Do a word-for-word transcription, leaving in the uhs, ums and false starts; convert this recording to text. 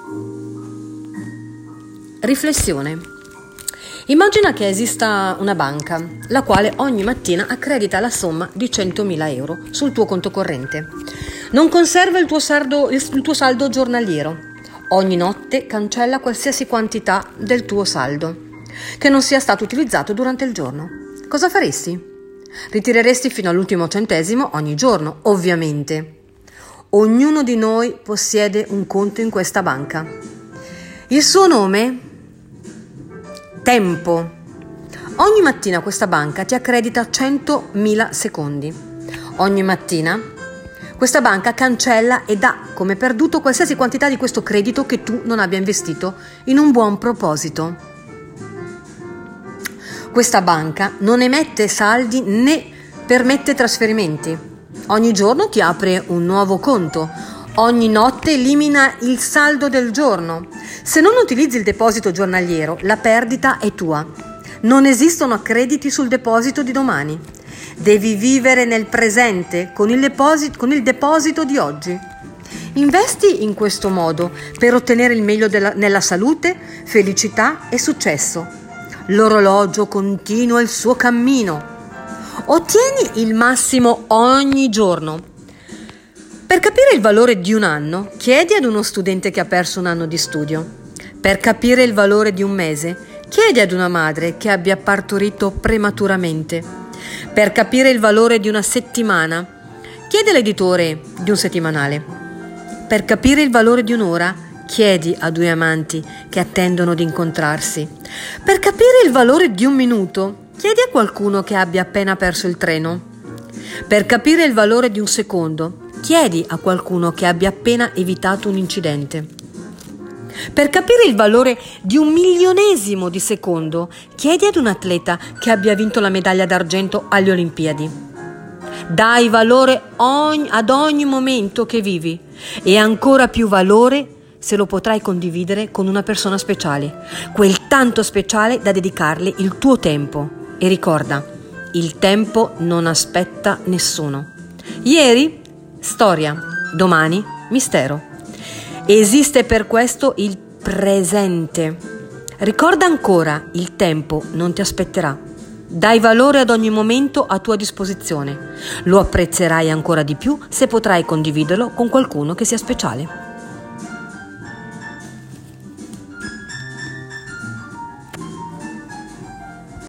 Riflessione. Immagina che esista una banca, la quale ogni mattina accredita la somma di centomila euro sul tuo conto corrente. Non conserva il tuo saldo, il tuo saldo giornaliero. Ogni notte cancella qualsiasi quantità del tuo saldo che non sia stato utilizzato durante il giorno. Cosa faresti? Ritireresti fino all'ultimo centesimo ogni giorno, ovviamente. Ognuno di noi possiede un conto in questa banca. Il suo nome? Tempo. Ogni mattina questa banca ti accredita centomila secondi. Ogni mattina questa banca cancella e dà come perduto qualsiasi quantità di questo credito che tu non abbia investito in un buon proposito. Questa banca non emette saldi né permette trasferimenti. Ogni giorno ti apre un nuovo conto. Ogni notte elimina il saldo del giorno. Se non utilizzi il deposito giornaliero, la perdita è tua. Non esistono accrediti sul deposito di domani. Devi vivere nel presente con il deposito, con il deposito di oggi. Investi in questo modo per ottenere il meglio della, nella salute, felicità e successo. L'orologio continua il suo cammino. Ottieni il massimo ogni giorno. Per capire il valore di un anno, chiedi ad uno studente che ha perso un anno di studio. Per capire il valore di un mese, chiedi ad una madre che abbia partorito prematuramente. Per capire il valore di una settimana, chiedi all'editore di un settimanale. Per capire il valore di un'ora, chiedi a due amanti che attendono di incontrarsi. Per capire il valore di un minuto, chiedi a qualcuno che abbia appena perso il treno. Per capire il valore di un secondo, chiedi a qualcuno che abbia appena evitato un incidente. Per capire il valore di un milionesimo di secondo, chiedi ad un atleta che abbia vinto la medaglia d'argento alle Olimpiadi. Dai valore ogni, ad ogni momento che vivi e ancora più valore se lo potrai condividere con una persona speciale, quel tanto speciale da dedicarle il tuo tempo. E ricorda, il tempo non aspetta nessuno. Ieri storia, domani mistero. Esiste per questo il presente. Ricorda ancora, il tempo non ti aspetterà. Dai valore ad ogni momento a tua disposizione. Lo apprezzerai ancora di più se potrai condividerlo con qualcuno che sia speciale.